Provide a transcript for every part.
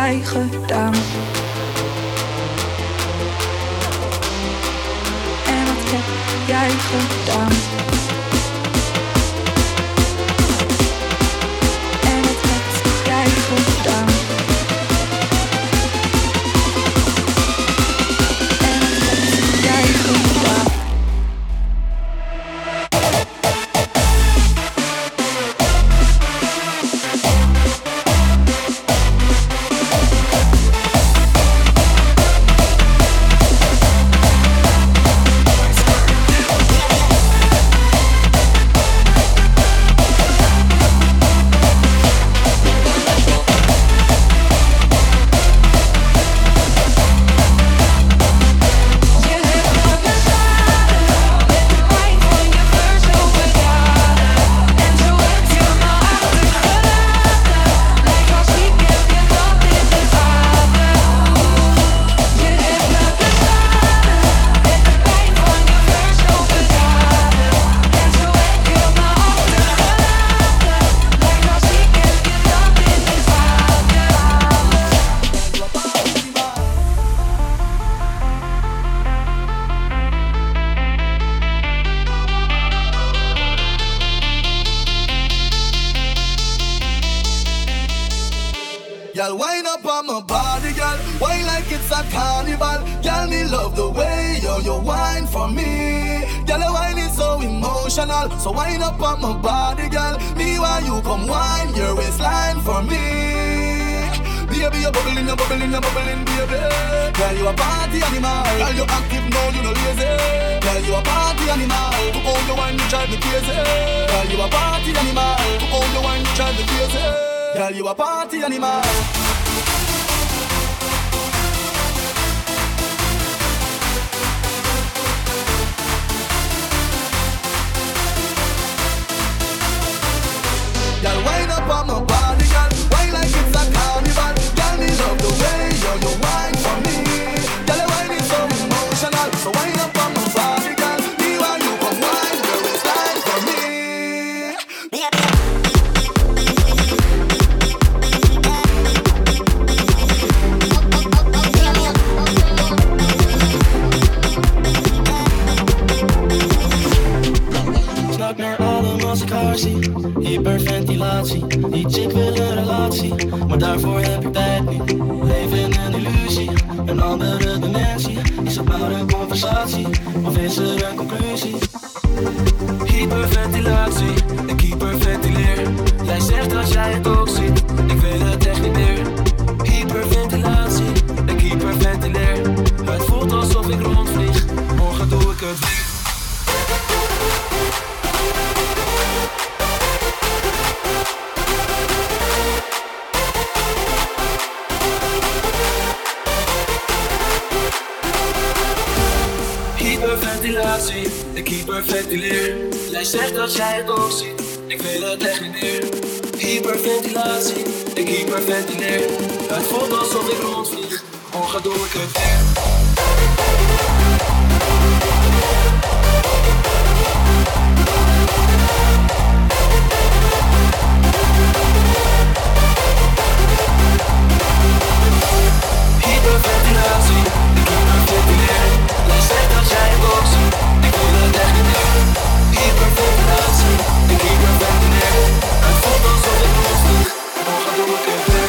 jij gedaan? En wat heb jij gedaan? En wat heb jij gedaan? En wat heb jij gedaan? Girl, wind up on my body, girl. Wine like it's a carnival. Girl, me love the way you wine for me. Girl, your wine is so emotional. So wind up on my body, girl. Me while you come wine your waistline for me. Baby, you're bubbling, you're bubbling, you're bubbling, baby. Girl, you a party animal. Girl, you active now, you no lazy. Girl, you a party animal. To all your wine, you drive me crazy. Girl, you a party animal. To all your wine, you drive me crazy. Girl, you a party animal. Girl, wind up on my body, girl. Wine like it's a carnival. Girl, me love the way you wine for me. Girl, your wine is so emotional. So wind up on my body, girl. Me while you come wine your waistline for me. Snak naar adem als ik haar zie. Hyperventilatie, die chick wil een relatie, maar daarvoor heb ik tijd niet. Leven in een illusie, een andere dimensie. Is het maar een conversatie, of is er een conclusie? Hyperventilatie, ik hyperventileer. Jij zegt dat jij het ook ziet, ik wil het echt niet meer. Hyperventilatie, ik hyperventileer. Het voelt alsof ik rondvlieg, morgen doe ik het weer. Hyperventilatie, ik hyperventileer. Jij zegt dat jij het ook ziet, ik wil het echt niet meer. Hyperventilatie, ik hyperventileer. Het voelt alsof ik rondvlieg, morgen doe ik het weer. Hyperventilatie, ik hyperventileer. Jij zegt dat jij het ook ziet, ik wil het echt niet meer. Hyperventilatie, ik hyperventileer. Het voelt alsof ik rondvlieg, morgen doe ik het weer.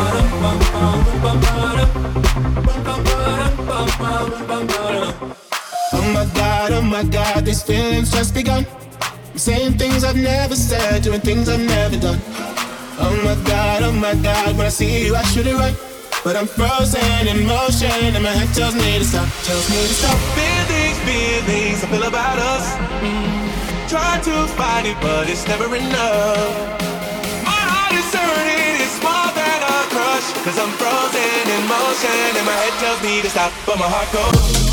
Oh my God, these feelings just begun. I'm saying things I've never said, doing things I've never done. Oh my God, when I see you I should it right. But I'm frozen in motion and my head tells me to stop, Feelings I feel about us. Try to find it, but it's never enough. My heart is hurting, it's more than a crush. Cause I'm frozen in motion and my head tells me to stop, but my heart goes.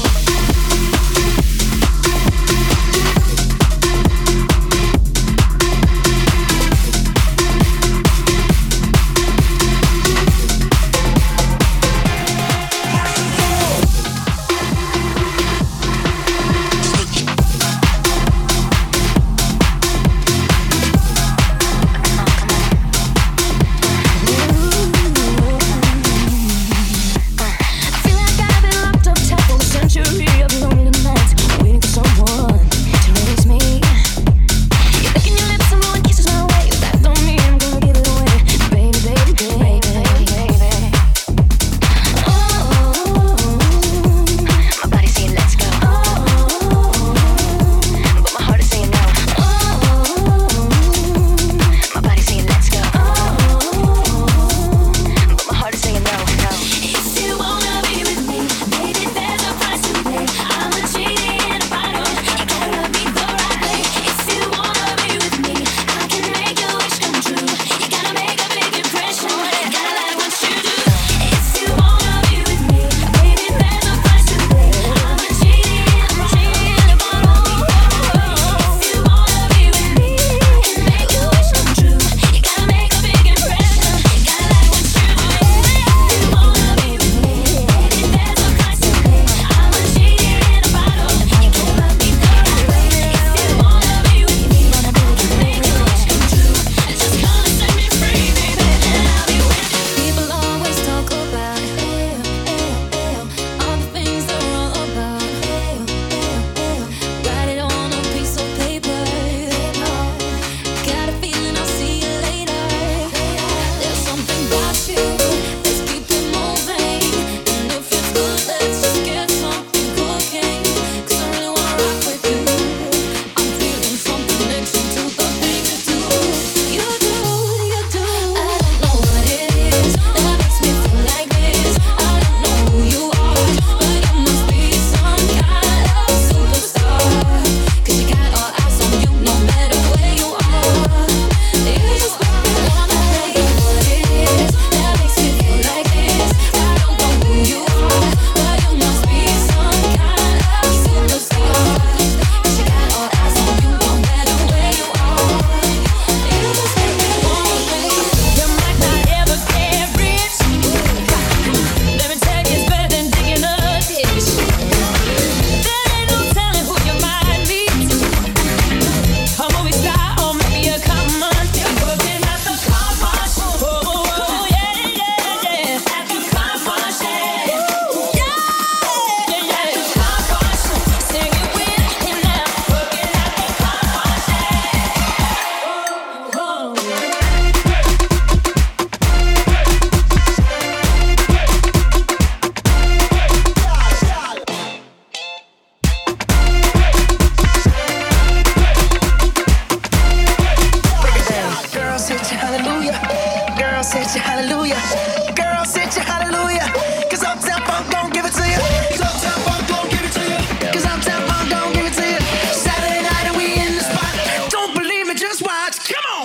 hallelujah. Girl, set you hallelujah. Girl, set you hallelujah. Cause Uptown Funk don't give it to you. Cause Uptown Funk don't give it to you. Cause Uptown Funk don't give it to you. Saturday night and we in the spot. Don't believe me, just watch. Come on.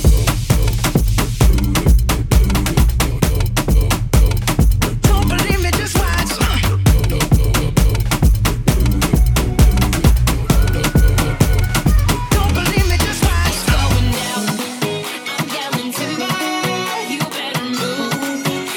Don't believe me, just watch. Don't believe me, just watch. Going down, I'm yelling timber. You better move.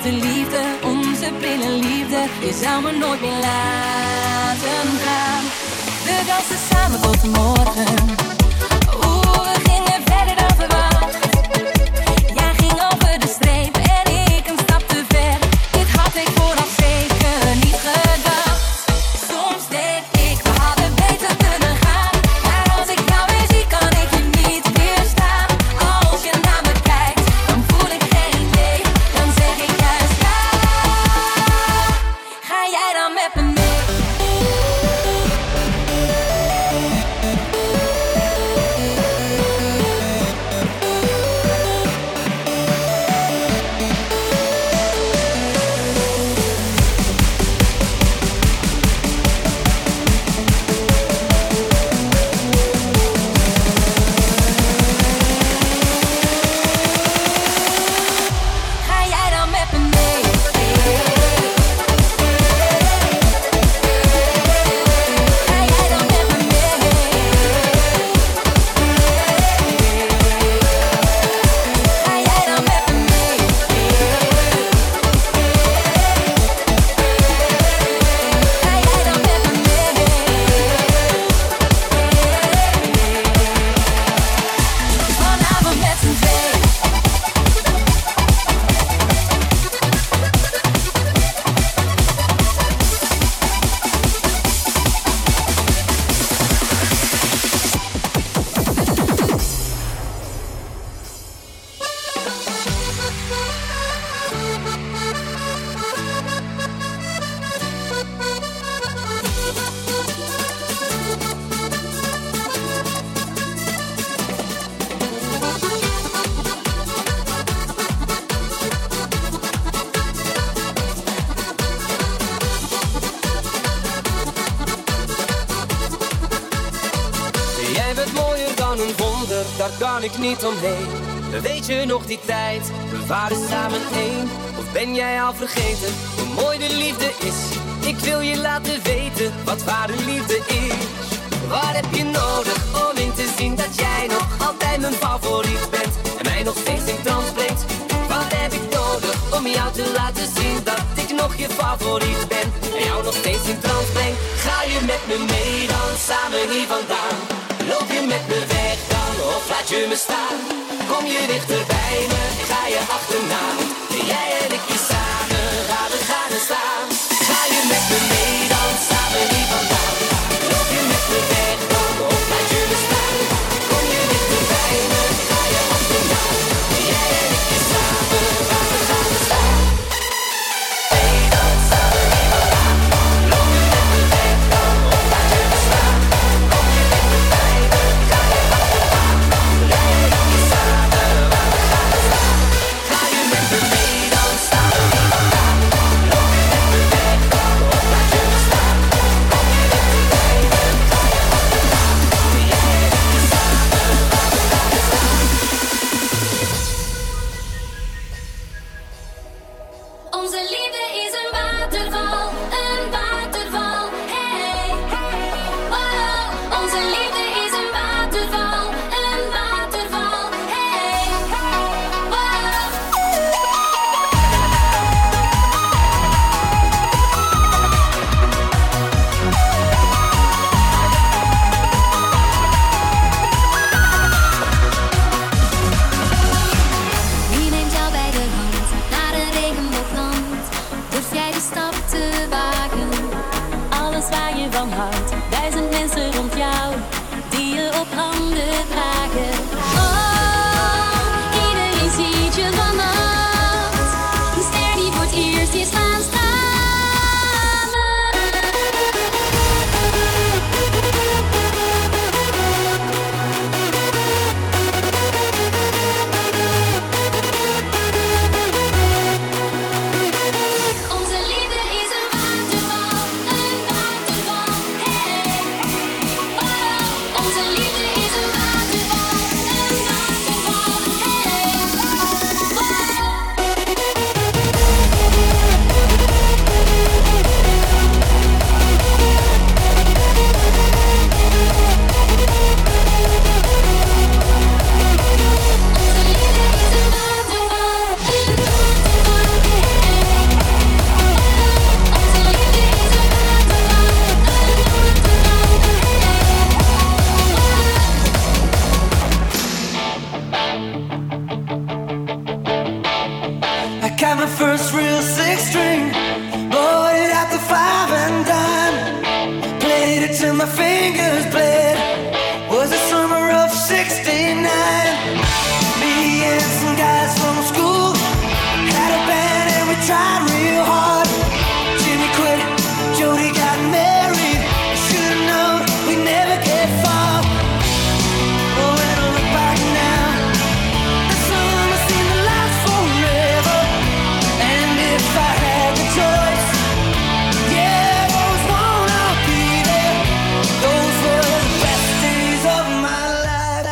echte liefde, onze prille liefde. Je zou me nooit meer laten gaan. We dansten samen tot de morgen. Oeh, we gingen verder dan verwacht. Jij ging over de streep en ik een stap te ver. Dit had ik vooraf zeker niet gedacht. Soms denk ik, we hadden beter kunnen gaan. Maar als ik jou weer zie, kan ik je niet weerstaan. Als je naar me kijkt, dan voel ik geen nee. Dan zeg ik juist ja. Ga jij dan met me mee? Ga jij dan met me mee? Ga jij dan met me mee? Ga jij dan met me mee? Ga jij dan met me mee? Vanavond met z'n tweeën. Jij bent mooier dan een wonder, daar kan ik niet omheen. Weet je nog die tijd, we waren samen één. Of ben jij al vergeten, hoe mooi de liefde is? Ik wil je laten weten, wat ware liefde is. Wat heb je nodig om in te zien dat jij nog altijd mijn favoriet bent? En mij nog steeds in trance brengt. Wat heb ik nodig om jou te laten zien dat ik nog je favoriet ben? En jou nog steeds in trance breng. Ga je met me mee dan, samen hier vandaan? Loop je met me weg dan, of laat je me staan? Kom je dichter bij me, ga je achterna. Jij en ik hier samen, we gaan er staan. Ga je met me mee dan, samen hier vandaan? Loop je met me weg dan, of laat je me staan? Kom je dichter bij me, ga je achterna. Jij en ik hier samen, we gaan er staan. Mee dan, samen hier vandaan. Loop je met me weg dan, of laat je me staan? Kom je dichter bij me, ga je achterna. Jij en ik hier samen, we gaan er staan. Ga je met me mee dan, samen hier vandaan? Loop je met me weg dan, of laat je me staan? Kom je dichter bij me, ga je achterna. Jij en ik hier samen, we gaan er staan. Onze liefde is een waterval, hey. Wow. Onze liefde is een waterval, hey. Wow. Wie neemt jou bij de hand naar een regenboogland? Durf jij de stap te wagen? Alles waar je van houdt, 1000 mensen rond jou die je op handen dragen. Oh, iedereen ziet je vannacht. Een ster die voor het eerst is gaan stralen. Onze liefde is een waterval, hey. till my fingers bled. Was the summer of '69. Me and some guys from school had a band and we tried real hard. Jimmy quit, Jody got married. Should've known we never get far. Oh, when I look back now, the summer seemed to last forever. And if I had the choice, yeah, those won't I'll be there. Those were the best days of my life.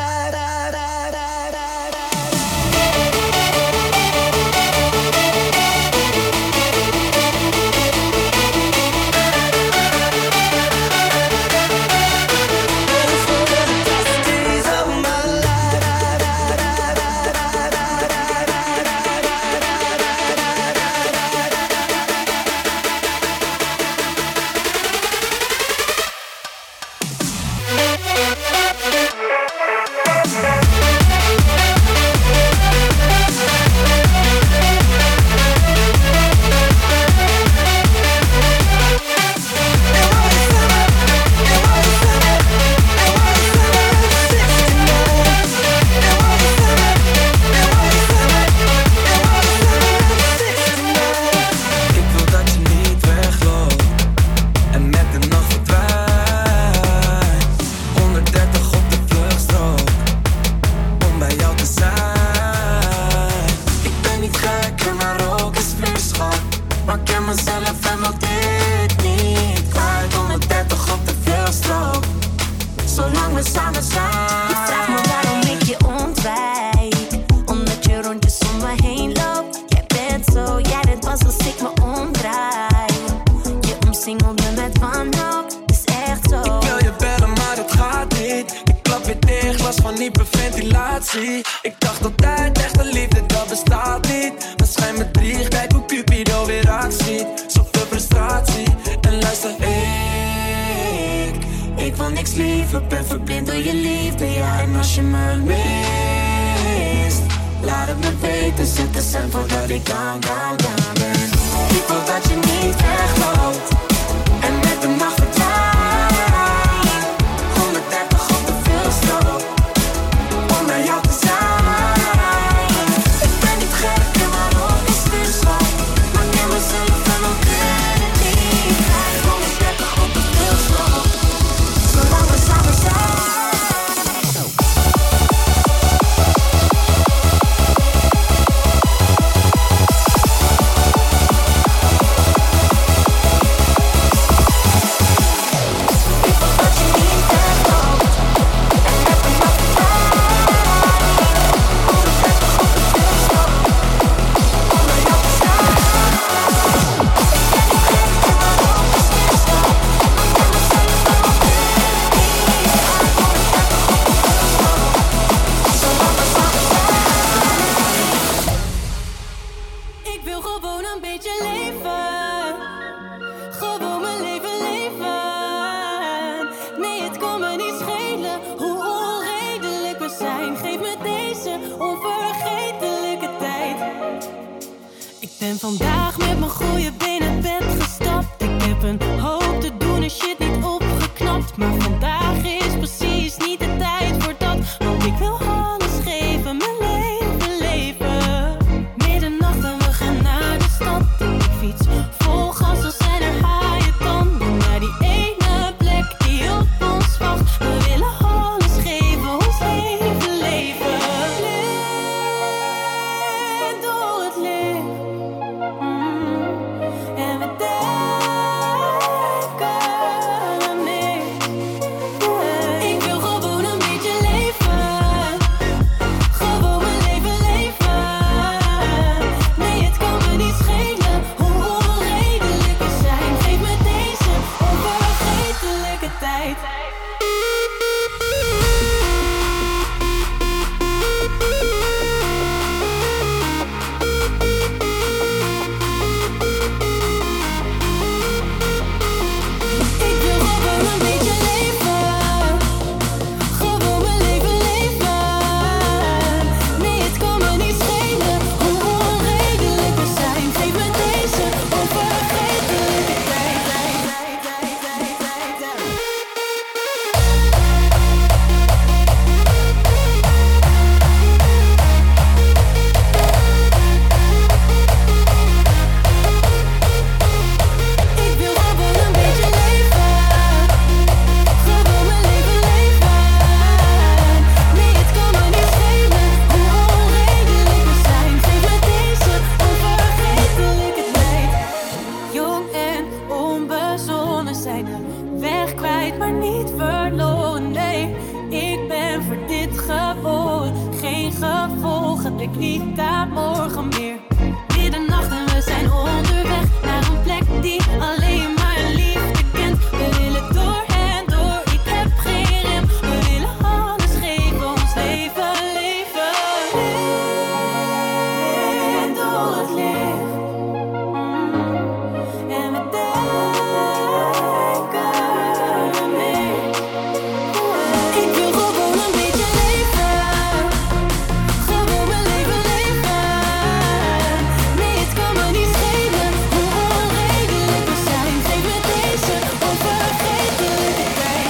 Ik dacht altijd, echte liefde, dat bestaat niet. Maar schijn me drie, kijk hoe Cupido weer actie. Zoveel frustratie, en luister ik wil niks liever, ben verblind door je liefde. Ja, en als je me mist, laat het me weten, zet de cent voordat ik down ben. Ik wil dat je niet wegloopt, en met de nacht verdwijnt. 130 op de veelstrook, om bij jou te zijn. Ik ben niet gek en maar ook is weer zwak. Maar ik ken mezelf en ook het niet. 130 op de veelstrook, zolang we samen zijn. Vandaag met mijn goede been het bed gestapt. Ik heb een hoop te doen en shit niet opgeknapt. Maar vandaag is precies niet de tijd voor dat. Want ik wil alles geven, mijn leven leven. Middernacht en we gaan naar de stad. Ik fiets vol gas, we zijn er haaien tanden. Naar die ene plek die op ons wacht. We willen alles geven, ons leven leven. Blind door het licht. En we denken weg kwijt, maar niet verloren. Nee, ik ben voor dit geboren. Geen gevolgen, denk niet aan morgen meer. Middernacht en we zijn onderweg naar een plek die alleen maar liefde kent. We willen door en door, ik heb geen rem. We willen alles geven, ons leven leven. En door het licht. En we denken meer. Ik wil gewoon een beetje leven. Gewoon mijn leven leven. Nee, het kan me niet schelen hoe onredelijk we zijn. Geef me deze onvergetelijke tijd.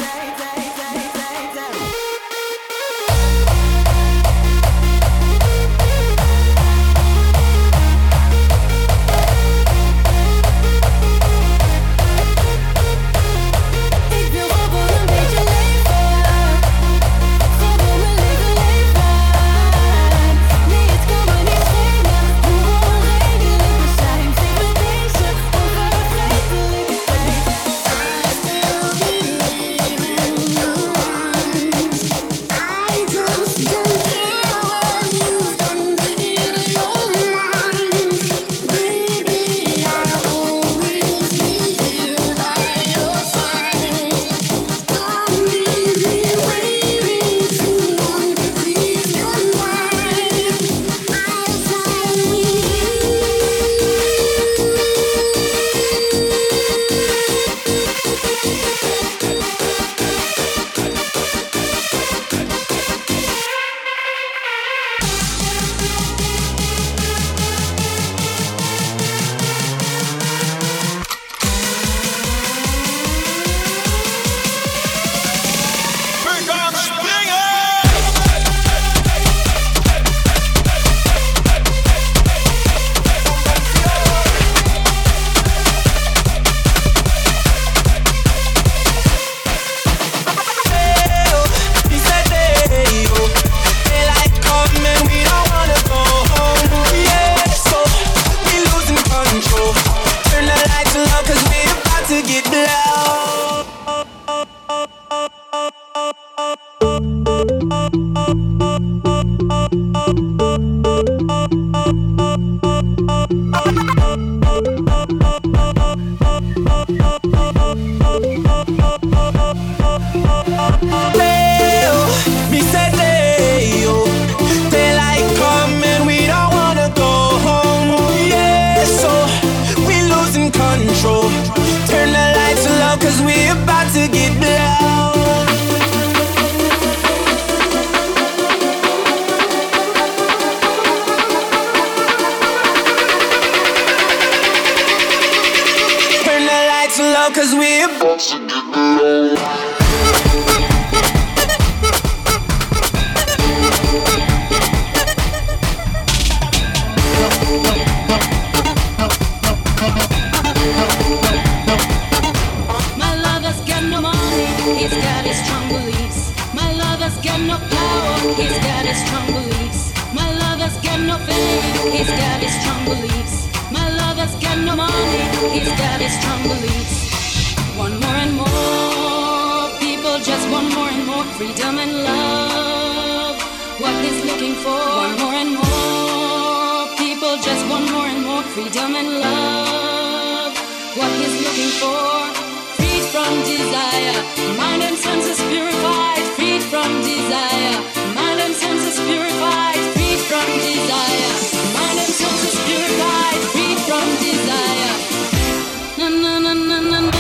Ik wil gewoon een beetje leven. Gewoon mijn leven leven. Nee, het kan me niet schelen hoe onredelijk we zijn. Geef me deze onvergetelijke tijd. Cause we're about to get low. My lover's got no money, he's got his strong beliefs. My lover's got no power, he's got his strong beliefs. My lover's got no fame, he's got his strong beliefs. My lover's got no money, he's got his strong beliefs. One more and more, people just want more and more freedom and love. What he's looking for, one more and more, people just want more and more freedom and love. What he's looking for, freed from desire, mind and senses purified, freed from desire, mind and senses purified, freed from desire, mind and senses purified, freed from desire. Na na na na na na.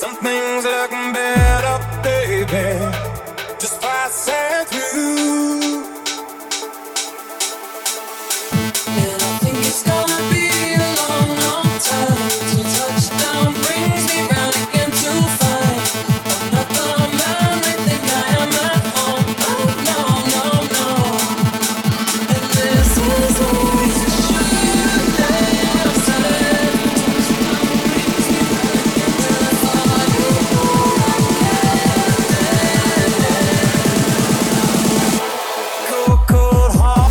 Some things looking better, baby. Just passing through. And I think it's gonna be a long, long time till touchdown brings me round again to find I'm not the man they think I am at home. Oh no, no, no. And this is always a shame that I've said touchdown brings me round again to find cold, cold heart.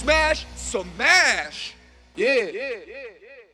smash, smash. Yeah.